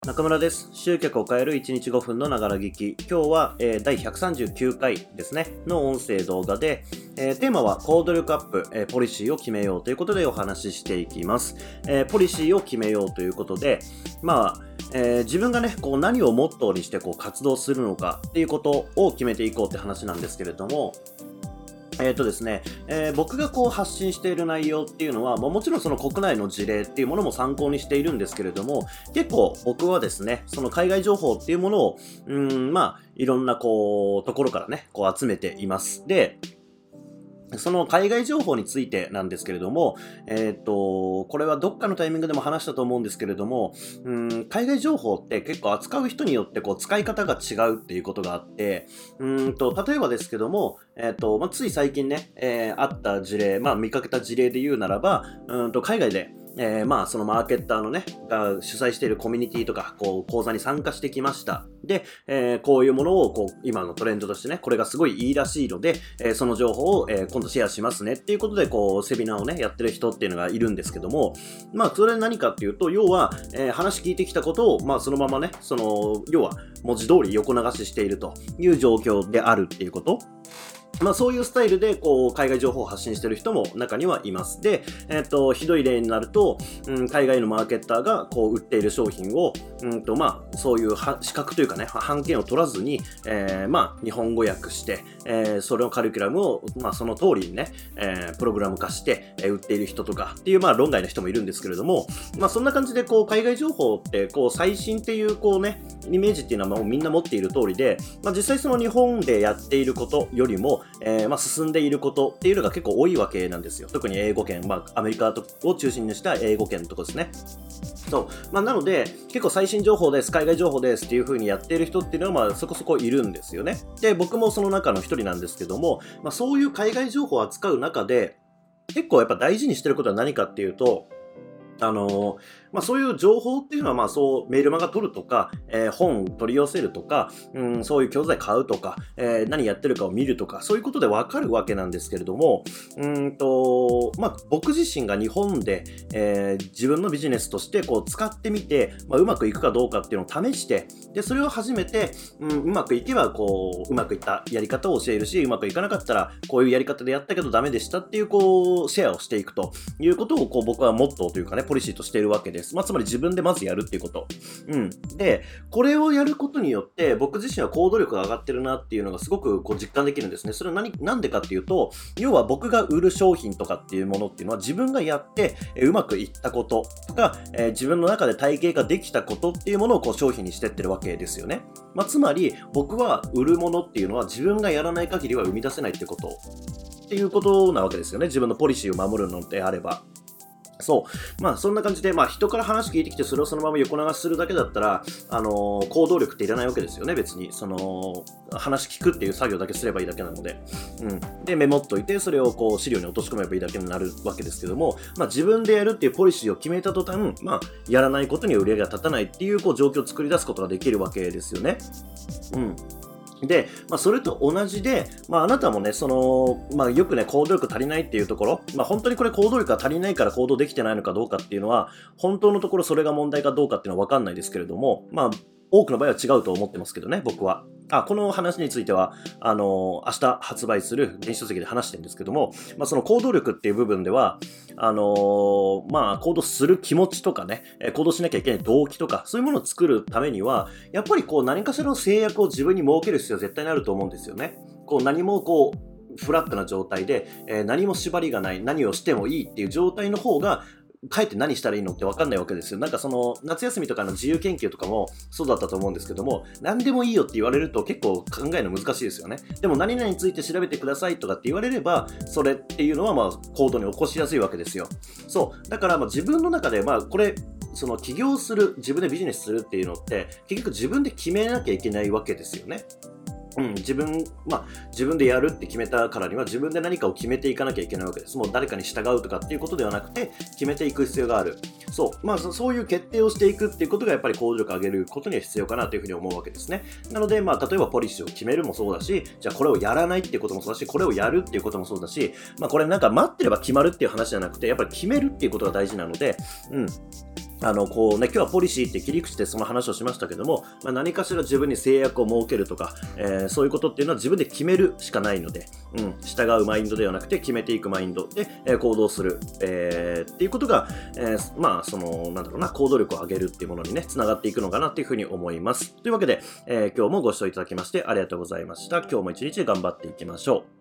中村です。集客を変える1日5分のながら聞き。今日は、第139回ですね、の音声動画で、テーマは行動力アップ、ポリシーを決めようということでお話ししていきます。ポリシーを決めようということで、自分がね、何をモットーにして活動するのかっていうことを決めていこうって話なんですけれども、ですね、僕が発信している内容っていうのは、もちろんその国内の事例っていうものも参考にしているんですけれども、結構僕はですね、その海外情報っていうものを、いろんなところからね、集めています。で、その海外情報についてなんですけれども、これはどっかのタイミングでも話したと思うんですけれども、海外情報って結構扱う人によって使い方が違うっていうことがあって、例えばですけども、つい最近ね、あった事例、見かけた事例で言うならば、海外でそのマーケッターのね、が主催しているコミュニティとか、講座に参加してきました。で、こういうものを、今のトレンドとしてね、これがすごいいいらしいので、その情報を、今度シェアしますねっていうことで、セミナーをね、やってる人っていうのがいるんですけども、それ何かっていうと、要は、話聞いてきたことを、そのままね、要は、文字通り横流ししているという状況であるっていうこと。そういうスタイルで、海外情報を発信している人も中にはいます。で、ひどい例になると、海外のマーケッターが、売っている商品を、そういう資格というかね、版権を取らずに、日本語訳して、それのカリキュラムを、その通りにね、プログラム化して、売っている人とかっていう、論外の人もいるんですけれども、そんな感じで、海外情報って、最新っていう、イメージっていうのはもうみんな持っている通りで、実際その日本でやっていることよりも、進んでいることっていうのが結構多いわけなんですよ。特に英語圏、アメリカを中心にした英語圏のところですね。そう。なので、結構最新情報です、海外情報ですっていう風にやっている人っていうのは、そこそこいるんですよね。で、僕もその中の一人なんですけども、そういう海外情報を扱う中で、結構やっぱ大事にしてることは何かっていうと、そういう情報っていうのは、メールマガ取るとか、本取り寄せるとか、そういう教材買うとか、何やってるかを見るとか、そういうことでわかるわけなんですけれども、僕自身が日本で、自分のビジネスとして使ってみて、うまくいくかどうかっていうのを試して、で、それを初めて、うまくいけば、うまくいったやり方を教えるし、うまくいかなかったら、こういうやり方でやったけどダメでしたっていう、シェアをしていくということを、僕はモットーというかね、ポリシーとしているわけです。つまり自分でまずやるっていうこと。で、これをやることによって、僕自身は行動力が上がってるなっていうのがすごく実感できるんですね。それはなんでかっていうと、要は僕が売る商品とかっていうものっていうのは自分がやって、うまくいったこととか、自分の中で体系ができたことっていうものを商品にしてってるわけですよね。つまり、僕は売るものっていうのは自分がやらない限りは生み出せないってこと。っていうことなわけですよね。自分のポリシーを守るのであれば。そう。そんな感じで、人から話聞いてきて、それをそのまま横流しするだけだったら、行動力っていらないわけですよね、別に。話聞くっていう作業だけすればいいだけなので。で、メモっといて、それを資料に落とし込めばいいだけになるわけですけども、自分でやるっていうポリシーを決めた途端、やらないことには売り上げが立たないっていう、状況を作り出すことができるわけですよね。で、それと同じで、あなたもね、よくね、行動力足りないっていうところ、本当にこれ行動力が足りないから行動できてないのかどうかっていうのは、本当のところそれが問題かどうかっていうのは分かんないですけれども、多くの場合は違うと思ってますけどね、僕は。この話については、明日発売する電子書籍で話してるんですけども、その行動力っていう部分では、行動する気持ちとかね、行動しなきゃいけない動機とか、そういうものを作るためには、やっぱり何かしらの制約を自分に設ける必要は絶対にあると思うんですよね。何もフラットな状態で、何も縛りがない、何をしてもいいっていう状態の方が、帰って何したらいいのって分かんないわけですよ。夏休みとかの自由研究とかもそうだったと思うんですけども、何でもいいよって言われると結構考えるの難しいですよね。でも何々について調べてくださいとかって言われれば、それっていうのは行動に起こしやすいわけですよ。そう。だから自分の中でこれ、起業する、自分でビジネスするっていうのって、結局自分で決めなきゃいけないわけですよね。自分でやるって決めたからには自分で何かを決めていかなきゃいけないわけです。もう誰かに従うとかっていうことではなくて、決めていく必要がある。そう。そういう決定をしていくっていうことがやっぱり行動力を上げることには必要かなというふうに思うわけですね。なので、例えばポリシーを決めるもそうだし、じゃあこれをやらないっていうこともそうだし、これをやるっていうこともそうだし、これ待ってれば決まるっていう話じゃなくて、やっぱり決めるっていうことが大事なので、 こうね、今日はポリシーって切り口でその話をしましたけども、何かしら自分に制約を設けるとか、そういうことっていうのは自分で決めるしかないので、従うマインドではなくて決めていくマインドで、行動する、っていうことが、なんだろうな、行動力を上げるっていうものにね、つながっていくのかなっていうふうに思います。というわけで、今日もご視聴いただきましてありがとうございました。今日も一日頑張っていきましょう。